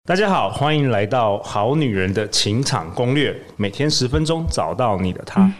大家好，欢迎来到《好女人的情场攻略》，每天10分钟，找到你的他。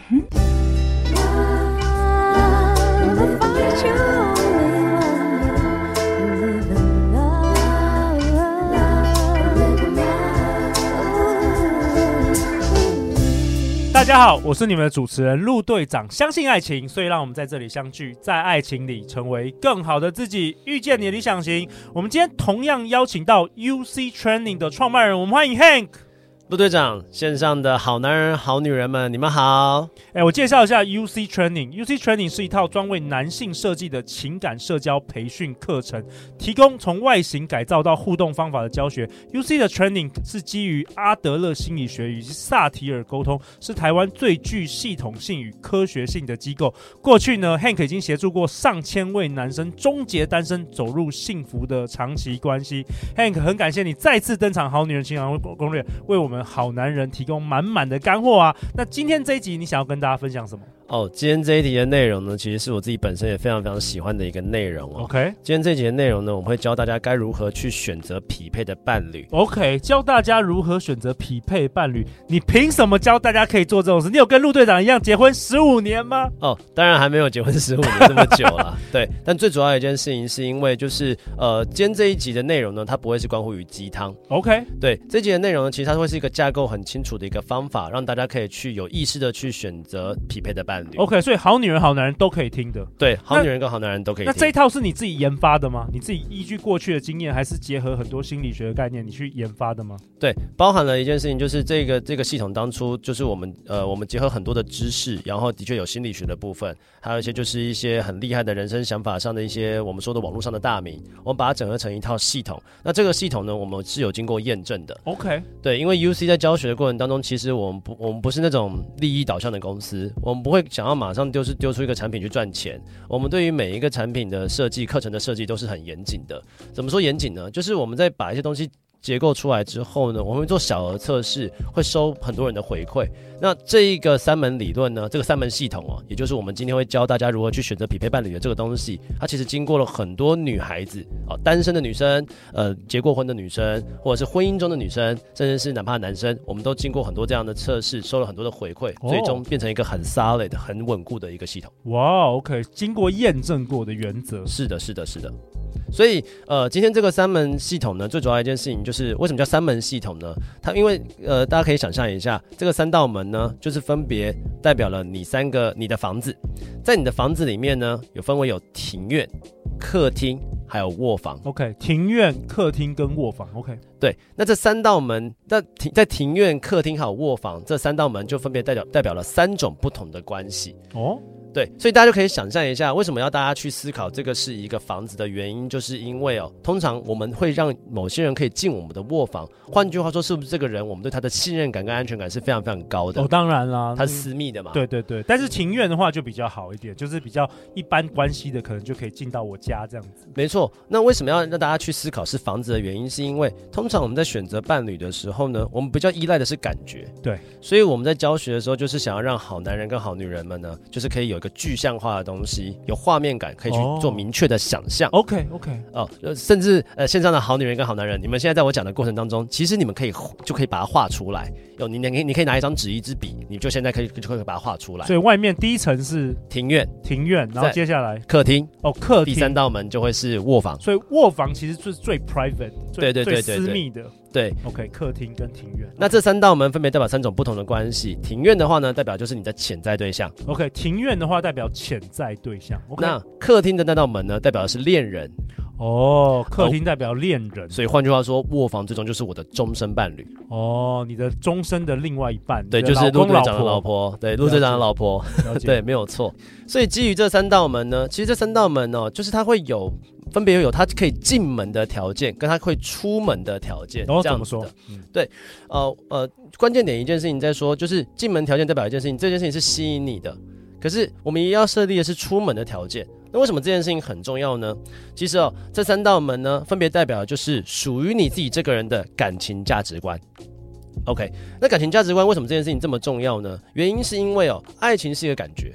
大家好，我是你们的主持人陆队长。相信爱情，所以让我们在这里相聚，在爱情里成为更好的自己，遇见你的理想型。我们今天同样邀请到 UC Training 的创办人，我们欢迎 Hank。 陆队长，线上的好男人、好女人们，你们好。 我介绍一下 UC Training。UC Training 是一套专为男性设计的情感社交培训课程，提供从外形改造到互动方法的教学。UC 的 Training 是基于阿德勒心理学与萨提尔沟通，是台湾最具系统性与科学性的机构。过去呢 ，Hank 已经协助过上千位男生终结单身，走入幸福的长期关系。Hank 很感谢你再次登场《好女人情场攻略》，为我们好男人提供满满的干货啊！那今天这一集你想要跟大家分享什么？ 今天这一集的内容呢，其实是我自己本身也非常非常喜欢的一个内容哦。 OK， 今天这一集的内容呢，我们会教大家该如何去选择匹配的伴侣。 OK， 教大家如何选择匹配伴侣。你凭什么教大家可以做这种事？你有跟陆队长一样结婚15年吗？ 当然还没有结婚15年这么久了。对，但最主要的一件事情是因为就是今天这一集的内容呢，它不会是关乎于鸡汤。 OK， 对，这一集的内容呢，其实它会是一个架构很清楚的一个方法，让大家可以去有意识的去选择匹配的伴侣。 OK， 所以好女人、好男人都可以听的。 对，好女人跟好男人都可以听。 那这一套是你自己研发的吗？你自己依据过去的经验，还是结合很多心理学的概念，你去研发的吗？ 对，包含了一件事情，就是这个系统当初就是我们结合很多的知识，然后的确有心理学的部分，还有一些就是一些很厉害的人生想法上的一些我们说的网络上的大名，我们把它整合成一套系统。那这个系统呢，我们是有经过验证的。 OK， 对，因为 UC 在教学的过程当中，其实我们不是那种利益导向的公司，我们不会想要马上丢出一个产品去赚钱。我们对于每一个产品的设计、课程的设计都是很严谨的。怎么说严谨呢？就是我们在把一些东西结构出来之后呢，我们会做小额测试，会收很多人的回馈。那这一个3门理论呢，这个3门系统也就是我们今天会教大家如何去选择匹配伴侣的这个东西，它其实经过了很多女孩子单身的女生，结过婚的女生，或者是婚姻中的女生，甚至是哪怕男生，我们都经过很多这样的测试，收了很多的回馈，最终变成一个很 solid、很稳固的一个系统。 哇 ，OK， 经过验证过的原则。 是的。所以今天这个3门系统呢，最主要的一件事情就是为什么叫3门系统呢？它因为大家可以想象一下，这个3道门呢，就是分别代表了你的房子，在你的房子里面呢，分为有庭院、客厅还有卧房。 OK， 庭院、客厅跟卧房。OK， 对，那这3道门，在庭院、客厅还有卧房这3道门，就分别代表了3种不同的关系。对，所以大家就可以想象一下，为什么要大家去思考这个是一个房子的原因，就是因为通常我们会让某些人可以进我们的卧房，换句话说，是不是这个人我们对他的信任感跟安全感是非常非常高的？ 当然啦， 他是私密的嘛。 对，但是庭院的话就比较好一点，就是比较一般关系的，可能就可以进到我家这样子。 没错，那为什么要让大家去思考是房子的原因，是因为通常我们在选择伴侣的时候呢，我们比较依赖的是感觉。 对， 所以我们在教学的时候，就是想要让好男人跟好女人们呢，就是可以有一个具象化的东西，有画面感，可以去做明确的想象。 OK， 甚至线上的好女人跟好男人，你们现在在我讲的过程当中，其实你们就可以把它画出来。你可以拿一张纸、一支笔，你就现在就可以把它画出来。 所以外面第一层是庭院， 然后接下来客厅， 客厅， 第3道门就会是卧房。 所以卧房其实是最 private， 最私密的。 对 ，OK， 客厅跟庭院。 那这3道门分别代表3种不同的关系。庭院的话呢，代表就是你的潜在对象。 OK， 庭院的话代表潜在对象。Okay， 那客厅的那道门呢，代表的是恋人。 客厅代表恋人。 所以换句话说，卧房最终就是我的终身伴侣。 你的终身的另外一半。 对，就是陆队长的老婆。对，陆队长的老婆。对，没有错。所以基于这3道门呢，其实这3道门就是它会分别有它可以进门的条件，跟它会出门的条件。这样怎么说？ 对，关键点一件事情在说，就是进门条件代表一件事情，这件事情是吸引你的，可是我们也要设立的是出门的条件。那为什么这件事情很重要呢？其实这3道门呢，分别代表的就是属于你自己这个人的感情价值观。OK， 那感情价值观为什么这件事情这么重要呢？原因是因为爱情是一个感觉，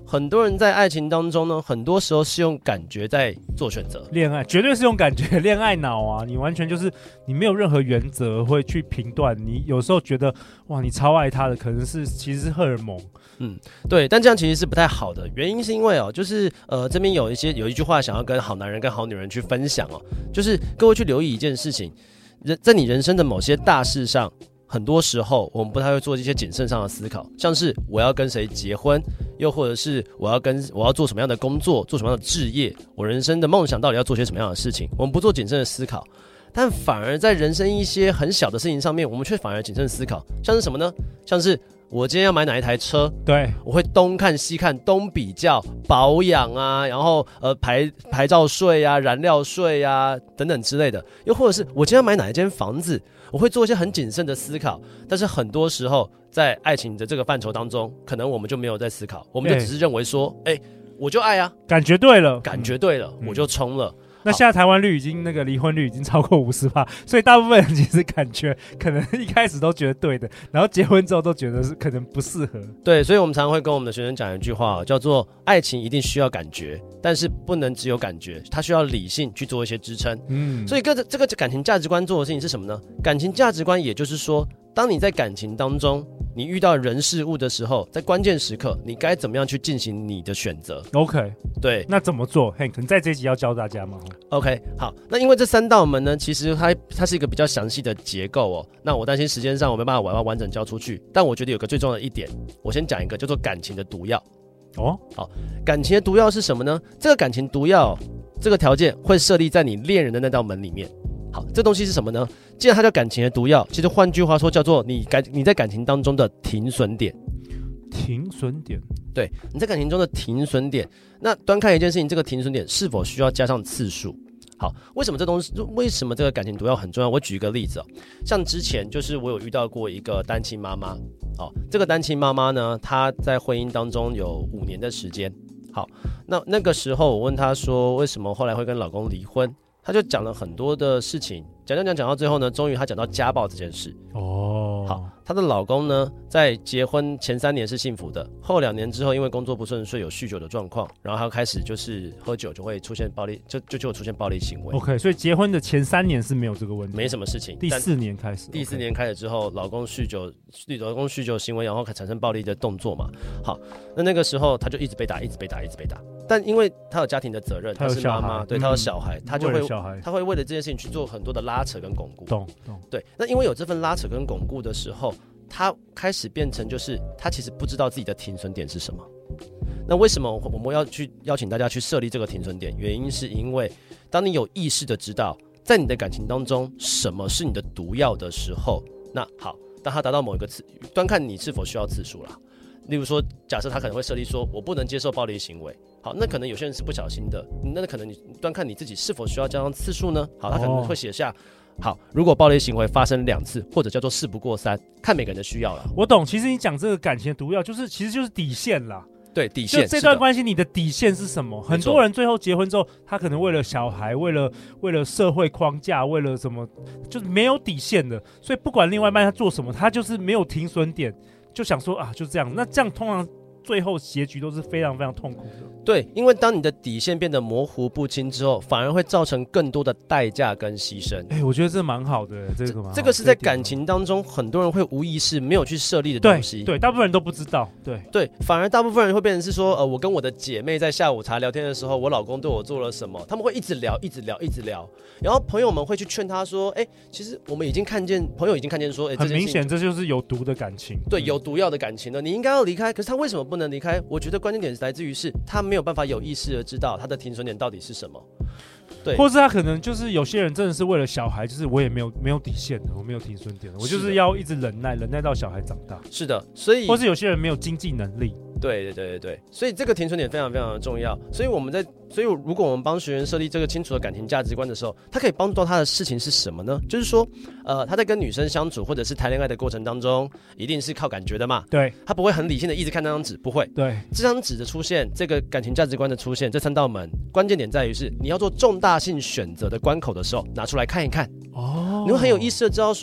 很多人在爱情当中呢，很多时候是用感觉在做选择。 恋爱绝对是用感觉，恋爱脑啊，你完全就是你没有任何原则会去评断。你有时候觉得哇，你超爱他的，可能是其实是荷尔蒙。 对，但这样其实是不太好的。原因是因为就是这边有一句话想要跟好男人跟好女人去分享哦，就是各位去留意一件事情，在你人生的某些大事上。很多时候，我们不太会做一些谨慎上的思考，像是我要跟谁结婚，又或者是我要做什么样的工作，做什么样的志业，我人生的梦想到底要做些什么样的事情，我们不做谨慎的思考，但反而在人生一些很小的事情上面，我们却反而谨慎思考，像是什么呢？像是我今天要买哪一台车， 对， 我会东看西看，东比较保养啊，然后牌照税啊、燃料税啊等等之类的，又或者是我今天要买哪一间房子。我会做一些很谨慎的思考，但是很多时候在爱情的这个范畴当中，可能我们就没有在思考，我们就只是认为说，我就爱啊， 感觉对了， 我就冲了。 那现在台湾率已经离婚率已经超过50%，所以大部分人其实感觉可能一开始都觉得对的，然后结婚之后都觉得是可能不适合。 对，所以我们常常会跟我们的学生讲一句话，叫做爱情一定需要感觉，但是不能只有感觉，它需要理性去做一些支撑。所以这个感情价值观做的事情是什么呢？感情价值观也就是说，当你在感情当中你遇到人事物的时候，在关键时刻你该怎么样去进行你的选择。 OK， 对， 那怎么做？Hank，你在这一集要教大家吗？ OK， 好，那因为这3道门呢，其实它是一个比较详细的结构哦。那我担心时间上我没办法完整教出去，但我觉得有个最重要的一点，我先讲一个叫做感情的毒药。好，感情的毒药是什么呢？这个感情毒药这个条件会设立在你恋人的那道门里面。好，这东西是什么呢？既然它叫感情的毒药，其实换句话说叫做你在感情当中的停损点。 停损点， 对，你在感情中的停损点。那端看一件事情，这个停损点是否需要加上次数？好，为什么这个感情毒药很重要？我举一个例子哦，像之前就是我有遇到过一个单亲妈妈，这个单亲妈妈呢，她在婚姻当中有5年的时间。好，那个时候我问她说，为什么后来会跟老公离婚？她就讲了很多的事情，讲到最后呢，终于她讲到家暴这件事。好，她的老公呢，在结婚前3年是幸福的，后2年之后，因为工作不顺遂，有酗酒的状况，然后他开始就是喝酒就会出现暴力，就有出现暴力行为。 OK， 所以结婚的前3年是没有这个问题， 没什么事情。 第4年开始， 第4年开始之后，老公酗酒行为，然后产生暴力的动作嘛。好，那个时候他就一直被打。但因为他有家庭的责任，他是妈妈，对，他有小孩，他会为了这件事情去做很多的拉扯跟巩固。 懂。 对，那因为有这份拉扯跟巩固的时候，他开始变成就是他其实不知道自己的停损点是什么。那为什么我们要去邀请大家去设立这个停损点？原因是因为当你有意识的知道在你的感情当中什么是你的毒药的时候，那好，当他达到某一个端看你是否需要次数啦。例如说，假设他可能会设立说，我不能接受暴力行为。好，那可能有些人是不小心的，那可能你端看你自己是否需要加上次数呢？好，他可能会写下，好，如果暴力行为发生2次，或者叫做事不过3，看每个人的需要啦。 我懂，其实你讲这个感情的毒药，其实就是底线啦。 对，底线。 就这段关系，你的底线是什么？很多人最后结婚之后，他可能为了小孩，为了社会框架，为了什么，就是没有底线的。所以不管另外一半他做什么，他就是没有停损点。就想说啊，就这样，那这样通常最后结局都是非常非常痛苦的。 对，因为当你的底线变得模糊不清之后，反而会造成更多的代价跟牺牲。 我觉得这蛮好的，这个是在感情当中很多人会无意识没有去设立的东西。 对，大部分人都不知道。 对，反而大部分人会变成是说，我跟我的姐妹在下午茶聊天的时候，我老公对我做了什么，他们会一直聊，然后朋友们会去劝他说，其实我们朋友已经看见说， 很明显这就是有毒的感情。 对，有毒药的感情呢，你应该要离开。可是他为什么不能离开？我觉得关键点来自于是他没有办法有意识的知道他的停损点到底是什么。对， 或是他可能就是有些人真的是为了小孩，就是我也没有底线的，我没有停损点的，我就是要一直忍耐到小孩长大。 是的，所以或是有些人没有经济能力。 对，所以这个停损点非常非常的重要。所以如果我们帮学员设立这个清楚的感情价值观的时候，他可以帮助到他的事情是什么呢？就是说，他在跟女生相处或者是谈恋爱的过程当中，一定是靠感觉的嘛。 对， 他不会很理性的一直看那张纸，不会。 对， 这张纸的出现，这个感情价值观的出现，这3道门，关键点在于是你要做重大性选择的关口的时候，拿出来看一看。你会很有意识的知道说，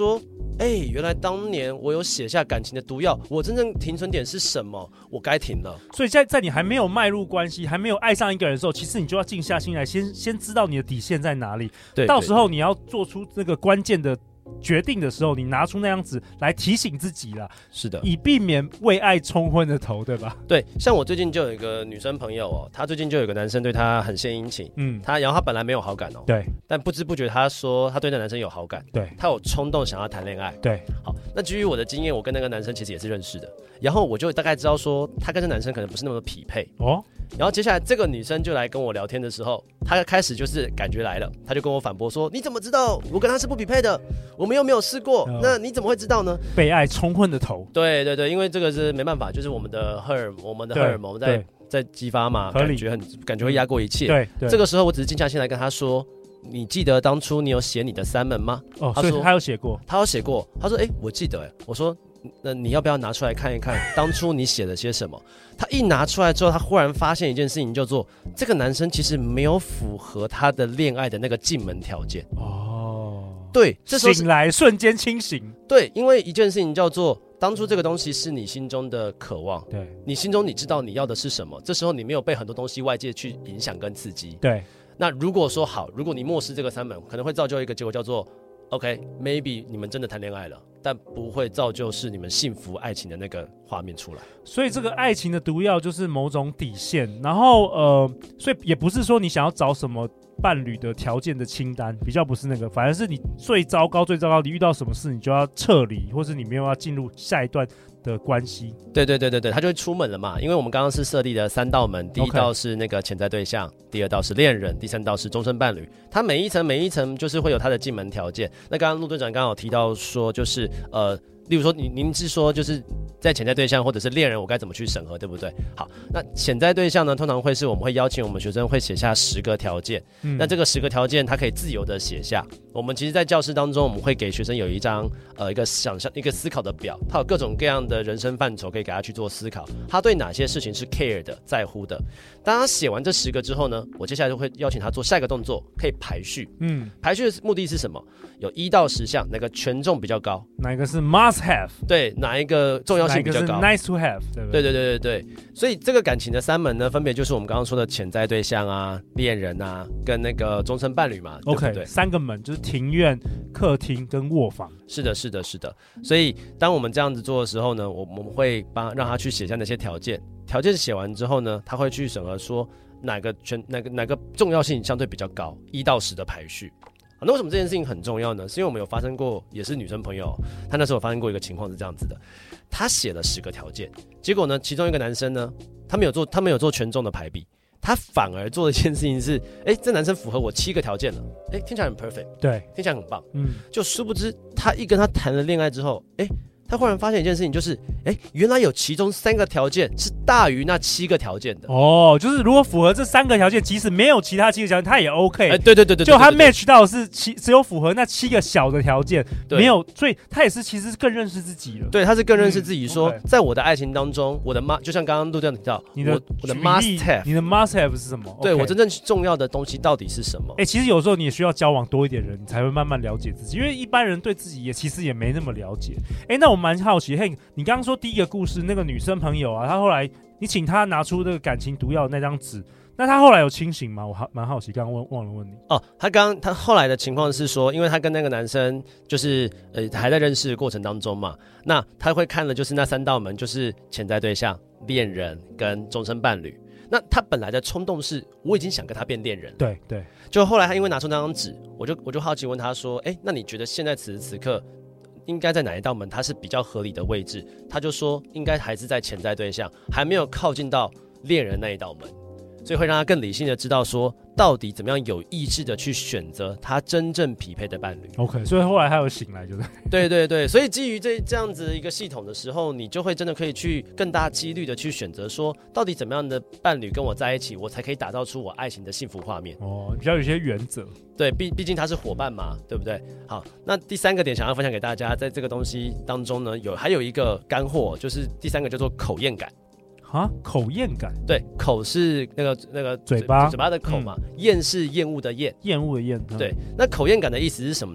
原来当年我有写下感情的毒药，我真正停损点是什么？我该停了。 所以在你还没有迈入关系，还没有爱上一个人的时候，其实你就要静下心来，先知道你的底线在哪里。 对， 到时候你要做出那个关键的决定的时候，你拿出那样子来提醒自己啦， 是的， 以避免为爱冲昏了头，对吧？ 对，像我最近就有一个女生朋友哦，她最近就有一个男生对她很献殷勤，然后她本来没有好感哦， 对， 但不知不觉她说她对那男生有好感， 对， 她有冲动想要谈恋爱， 对， 好，那基于我的经验，我跟那个男生其实也是认识的，然后我就大概知道说他跟这男生可能不是那么匹配哦。然后接下来这个女生就来跟我聊天的时候，她开始就是感觉来了，她就跟我反驳说：“你怎么知道我跟他是不匹配的？我们又没有试过，那你怎么会知道呢？” 被爱冲昏的头。 对对对，因为这个是没办法，就是我们的荷尔蒙在激发嘛，感觉会压过一切。 对， 这个时候我只是静下心来跟他说：“你记得当初你有写你的3门吗？” 哦，所以他有写过， 他有写过。他说：“我记得。”我说：“那你要不要拿出来看一看，当初你写了些什么？”他一拿出来之后，他忽然发现一件事情，叫做这个男生其实没有符合他的恋爱的那个进门条件。哦，对，这时候醒来瞬间清醒。 对，因为一件事情叫做当初这个东西是你心中的渴望，对，你心中你知道你要的是什么，这时候你没有被很多东西外界去影响跟刺激。 对， 那如果说好，如果你漠视这个3门，可能会造就一个结果叫做 OK，maybe 你们真的谈恋爱了，但不会造就是你们幸福爱情的那个画面出来。 所以这个爱情的毒药就是某种底线，然后所以也不是说你想要找什么伴侣的条件的清单，比较不是那个，反而是你最糟糕，你遇到什么事你就要撤离，或是你没有要进入下一段的关系。 对，他就会出门了嘛，因为我们刚刚是设立的3道门，第1道是那个潜在对象，第2道是恋人，第3道是终身伴侣。它每一层就是会有它的进门条件。那刚刚陆队长刚好提到说，就是例如说您是说就是在潜在对象或者是恋人，我该怎么去审核，对不对？好，那潜在对象呢，通常会是我们会邀请我们学生会写下10个条件，那这个10个条件他可以自由的写下。我们其实在教室当中，我们会给学生有一张一个想象一个思考的表，它有各种各样的人生范畴可以给他去做思考，他对哪些事情是 care 的在乎的。当他写完这10个之后呢，我接下来就会邀请他做下一个动作，可以排序。排序的目的是什么？有1到10项，哪个权重比较高？ 哪一个是 must have？ 对，哪一个重要性比较高？ 哪一个是 nice to have？ 对不对？ 对。所以这个感情的3门呢，分别就是我们刚刚说的潜在对象啊、恋人啊，跟那个终身伴侣嘛。 OK， 对不对 ？3个门就是庭院、客厅跟卧房。 是的。所以当我们这样子做的时候呢，我们会让他去写下那些条件。条件写完之后呢，他会去审核说哪个重要性相对比较高，1到10的排序。那为什么这件事情很重要呢？是因为我们有发生过，也是女生朋友，她那时候有发生过一个情况是这样子的，她写了10个条件，结果呢，其中一个男生呢，他没有做权重的排比，他反而做的一件事情是，这男生符合我7个条件了，听起来很 perfect， 对， 听起来很棒，就殊不知他一跟他谈了恋爱之后，他忽然发现一件事情，就是原来有其中3个条件是大于那7个条件的。哦， 就是如果符合这3个条件，即使没有其他7个条件，他也 OK。 对， 就他 match 到的是只有符合那7个小的条件，没有，所以他也是其实更认识自己了。 对，他是更认识自己说，在我的爱情当中，我的就像刚刚陆队长提到，我的 must have， 你的 must have 是什么？ 对，我真正重要的东西到底是什么？ 其实有时候你也需要交往多一点人，你才会慢慢了解自己，因为一般人对自己其实也没那么了解。那我蛮好奇，你刚刚说第一个故事那个女生朋友啊，她后来你请她拿出那个感情毒药的那张纸，那她后来有清醒吗？我蛮好奇，刚刚忘了问你。 她后来的情况是说，因为她跟那个男生就是还在认识的过程当中嘛，那她会看的就是那3道门，就是潜在对象、恋人跟终身伴侣。那她本来的冲动是，我已经想跟他变恋人了。 对。 就后来她因为拿出那张纸，我就好奇问她说，那你觉得现在此时此刻应该在哪一道门它是比较合理的位置？他就说应该还是在潜在对象，还没有靠近到恋人那一道门，所以会让他更理性的知道说到底怎么样有意识的去选择他真正匹配的伴侣。 OK， 所以后来他有醒来，就是对，所以基于这样子一个系统的时候，你就会真的可以去更大几率的去选择说到底怎么样的伴侣跟我在一起，我才可以打造出我爱情的幸福画面。 比较有些原则。 对，毕竟他是伙伴嘛，对不对？好，那第3个点想要分享给大家，在这个东西当中呢，还有一个干货，就是第3个叫做口厌感。 口厌感。 对，口是那个嘴巴的口嘛，厌是厌恶的厌， 厌恶的厌。 对，那口厌感的意思是什么呢？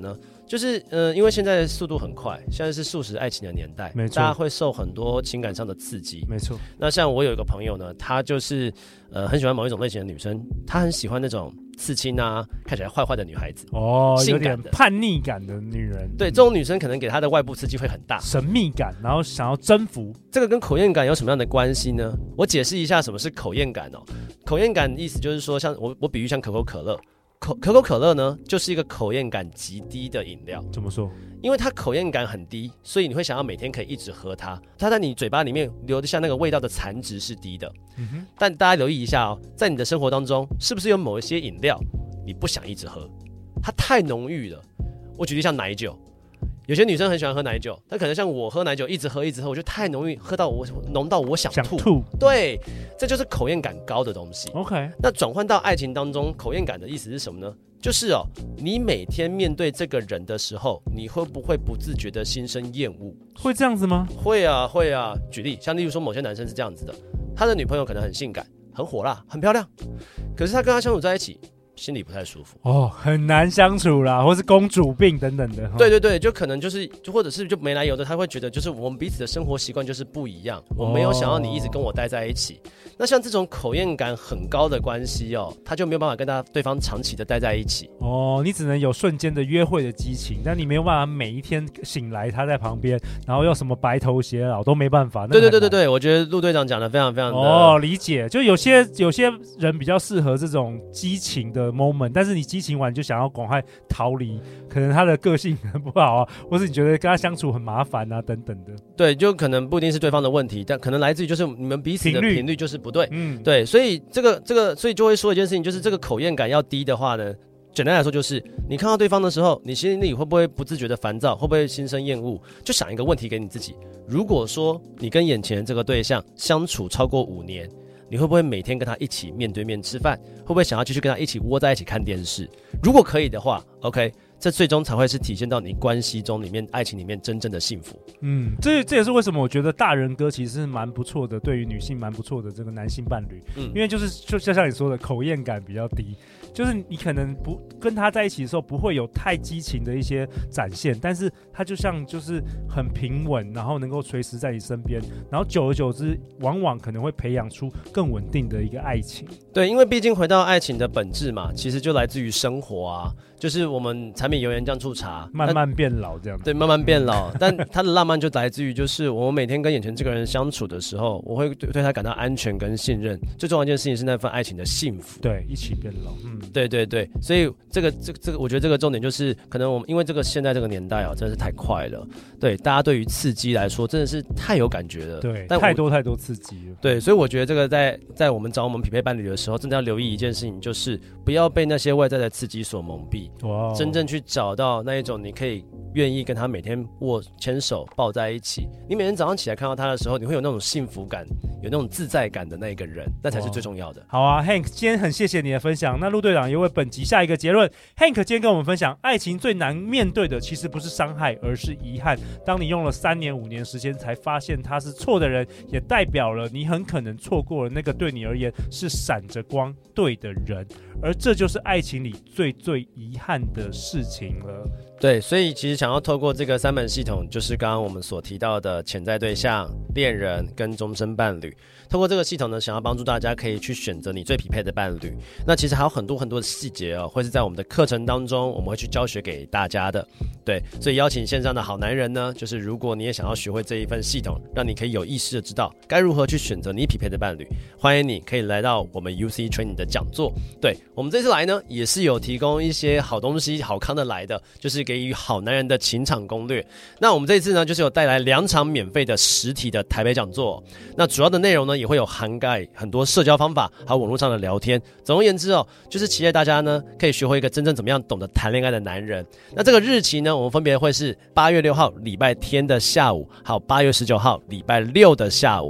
就是因为现在速度很快，现在是速食爱情的年代， 没错， 大家会受很多情感上的刺激， 没错。 那像我有一个朋友呢，他就是很喜欢某一种类型的女生，他很喜欢那种刺青啊，看起来坏坏的女孩子， 有点叛逆感的女人。 对，这种女生可能给她的外部刺激会很大， 神秘感，然后想要征服。 这个跟口厌感有什么样的关系呢？我解释一下什么是口厌感哦。口厌感意思就是说，像我比喻像可口可乐。可口可乐呢，就是一个口厌感极低的饮料。 怎么说？ 因为它口厌感很低，所以你会想要每天可以一直喝它。它在你嘴巴里面留下那个味道的残值是低的。但大家留意一下哦，在你的生活当中，是不是有某一些饮料你不想一直喝？它太浓郁了。我举例像奶酒，有些女生很喜欢喝奶酒，但可能像我喝奶酒一直喝，我觉得太浓郁，喝到我浓到我想吐。对，这就是口厌感高的东西。 OK， 那转换到爱情当中，口厌感的意思是什么呢？就是你每天面对这个人的时候，你会不会不自觉的心生厌恶？ 会这样子吗？ 会啊，会啊。举例，像例如说某些男生是这样子的，他的女朋友可能很性感、很火辣、很漂亮，可是他跟他相处在一起，心里不太舒服很难相处啦，或是公主病等等的。 对对对，就可能就或者是就没来由的，他会觉得就是我们彼此的生活习惯就是不一样，我没有想要你一直跟我待在一起。那像这种口厌感很高的关系他就没有办法跟对方长期的待在一起。 你只能有瞬间的约会的激情，但你没有办法每一天醒来他在旁边，然后要什么白头偕老都没办法。 对对对对对，我觉得陆队长讲的非常非常的理解。就有些人比较适合这种激情的 moment， 但是你激情完就想要赶快逃离，可能他的个性很不好啊，或是你觉得跟他相处很麻烦啊等等的。对， 就可能不一定是对方的问题，但可能来自于就是你们彼此的频率就是不对。对，所以所以就会说一件事情，就是这个口厌感要低的话呢，简单来说就是你看到对方的时候，你心里会不会不自觉的烦躁，会不会心生厌恶？就想一个问题给你自己，如果说你跟眼前这个对象相处超过5年，你会不会每天跟他一起面对面吃饭？会不会想要继续跟他一起窝在一起看电视？如果可以的话 ，OK， 这最终才会是体现到你关系中里面、爱情里面真正的幸福。 这也是为什么我觉得大人哥其实是蛮不错的，对于女性蛮不错的这个男性伴侣。因为就像你说的，口厌感比较低，就是你可能不跟他在一起的时候不会有太激情的一些展现，但是他就像就是很平稳，然后能够随时在你身边，然后久而久之，往往可能会培养出更稳定的一个爱情。 对，因为毕竟回到爱情的本质嘛，其实就来自于生活啊，就是我们柴米油盐酱醋茶， 慢慢变老这样子。 对，慢慢变老，但他的浪漫就来自于就是我们每天跟眼前这个人相处的时候，我会对他感到安全跟信任。最重要的一件事情是那份爱情的幸福。 对，一起变老。 对对对，所以这个，我觉得这个重点就是，可能我们因为这个现在这个年代真的是太快了，对大家对于刺激来说真的是太有感觉了， 对，太多刺激了， 对，所以我觉得这个在我们找我们匹配伴侣的时候，真的要留意一件事情，就是不要被那些外在的刺激所蒙蔽，真正去找到那一种你可以愿意跟他每天牵手抱在一起，你每天早上起来看到他的时候，你会有那种幸福感，有那种自在感的那一个人，那才是最重要的。 好啊 ，Hank， 今天很谢谢你的分享。那陆队长也为本集下一个结论。Hank 今天跟我们分享，爱情最难面对的其实不是伤害，而是遗憾。当你用了3年5年时间才发现他是错的人，也代表了你很可能错过了那个对你而言是闪着光对的人，而这就是爱情里最遗憾的事情了。 对，所以其实想要透过这个3门系统，就是刚刚我们所提到的潜在对象、恋人跟终身伴侣。透过这个系统呢，想要帮助大家可以去选择你最匹配的伴侣。那其实还有很多的细节会是在我们的课程当中，我们会去教学给大家的。对，所以邀请线上的好男人呢，就是如果你也想要学会这一份系统，让你可以有意识的知道该如何去选择你匹配的伴侣，欢迎你可以来到我们 UC Training 的讲座。对，我们这次来呢，也是有提供一些好东西、好康的来的，就是给予好男人的情场攻略。那我们这次呢，就是有带来2场免费的实体的台北讲座。那主要的内容呢，也会有涵盖很多社交方法，还有网络上的聊天。总而言之就是期待大家呢，可以学会一个真正怎么样懂得谈恋爱的男人。那这个日期呢，我们分别会是8月6号礼拜天的下午，还有8月19号礼拜六的下午。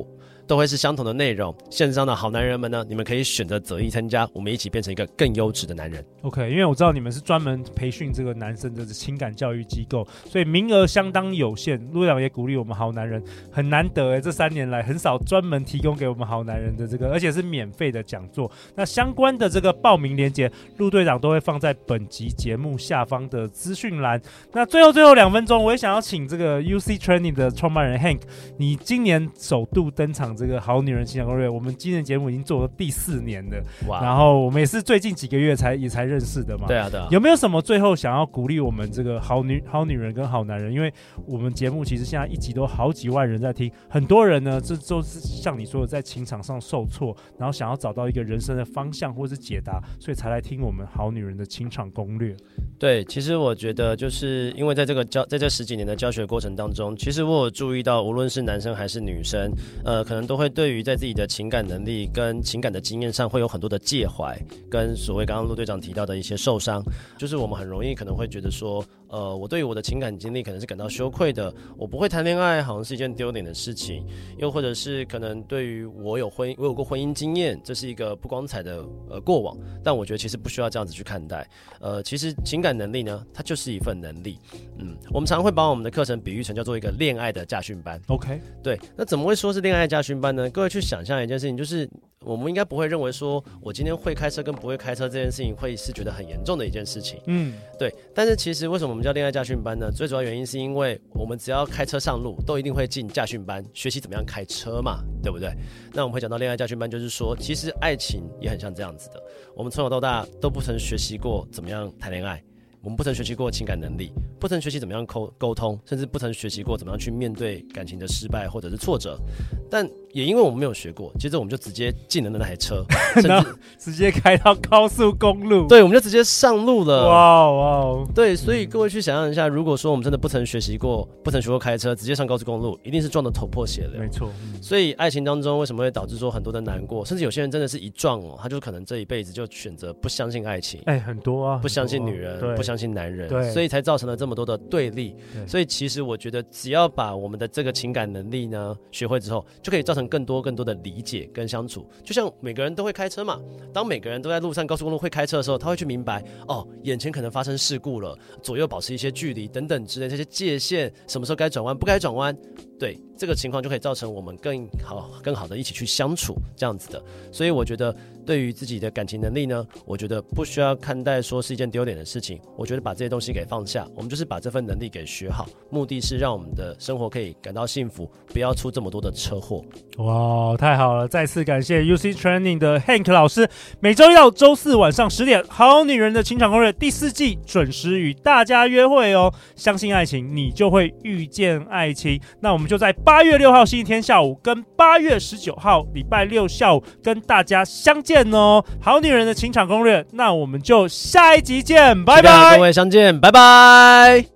都会是相同的内容。线上的好男人们呢，你们可以选择择一参加，我们一起变成一个更优质的男人。 OK， 因为我知道你们是专门培训这个男生的情感教育机构，所以名额相当有限。陆队长也鼓励我们好男人，很难得这3年来很少专门提供给我们好男人的这个，而且是免费的讲座。那相关的这个报名链接，陆队长都会放在本集节目下方的资讯栏。那最后2分钟，我也想要请这个 UC Training 的创办人 Hank， 你今年首度登场这个好女人情感攻略，我们今年节目已经做了第4年了，然后我们也是最近几个月才认识的嘛。 对啊，对啊。 有没有什么最后想要鼓励我们这个好女人跟好男人？因为我们节目其实现在一集都好几万人在听，很多人呢，这都是像你说的，在情场上受挫，然后想要找到一个人生的方向或是解答，所以才来听我们好女人的情场攻略。 对，其实我觉得就是因为在这10几年的教学过程当中，其实我有注意到，无论是男生还是女生，可能都会对于在自己的情感能力跟情感的经验上会有很多的介怀，跟所谓刚刚陆队长提到的一些受伤，就是我们很容易可能会觉得说，我对于我的情感经历可能是感到羞愧的，我不会谈恋爱好像是一件丢脸的事情，又或者是可能对于我有过婚姻经验，这是一个不光彩的过往，但我觉得其实不需要这样子去看待，其实情感能力呢，它就是一份能力，我们常会把我们的课程比喻成叫做一个恋爱的驾训班。 OK， 对，那怎么会说是恋爱驾训班呢？各位去想象一件事情，就是我们应该不会认为说我今天会开车跟不会开车这件事情会是觉得很严重的一件事情，对。但是其实为什么我们叫恋爱驾训班呢？最主要原因是因为我们只要开车上路，都一定会进驾训班学习怎么样开车嘛，对不对？那我们会讲到恋爱驾训班，就是说其实爱情也很像这样子的，我们从小到大都不曾学习过怎么样谈恋爱，我们不曾学习过情感能力，不曾学习怎么样沟通，甚至不曾学习过怎么样去面对感情的失败或者是挫折。但也因为我们没有学过，接着我们就直接进了那台车， 然后直接开到高速公路， 对，我们就直接上路了。 哇， 对，所以各位去想象一下，如果说我们真的不曾学过开车，直接上高速公路，一定是撞得头破血流。 没错。 所以爱情当中为什么会导致说很多的难过，甚至有些人真的是一撞他就可能这一辈子就选择不相信爱情， 很多啊， 不相信女人，不相信男人， 对， 所以才造成了这么多的对立。所以其实我觉得，只要把我们的这个情感能力呢学会之后，就可以造成更多的理解跟相处。就像每个人都会开车嘛，当每个人都在路上高速公路会开车的时候，他会去明白眼前可能发生事故了，左右保持一些距离等等之类这些界限，什么时候该转弯不该转弯，对，这个情况就可以造成我们更好的一起去相处这样子的。所以我觉得对于自己的感情能力呢，我觉得不需要看待说是一件丢脸的事情，我觉得把这些东西给放下，我们就是把这份能力给学好，目的是让我们的生活可以感到幸福，不要出这么多的车祸。 哇，太好了！再次感谢 UC Training 的 Hank 老师，每周一到周四晚上10点，《好女人的情场攻略》第4季准时与大家约会哦。相信爱情，你就会遇见爱情。那我们就在8月6号星期天下午，跟8月19号礼拜六下午跟大家相见哦。好女人的情场攻略，那我们就下一集见，拜拜， 各位相见，拜拜。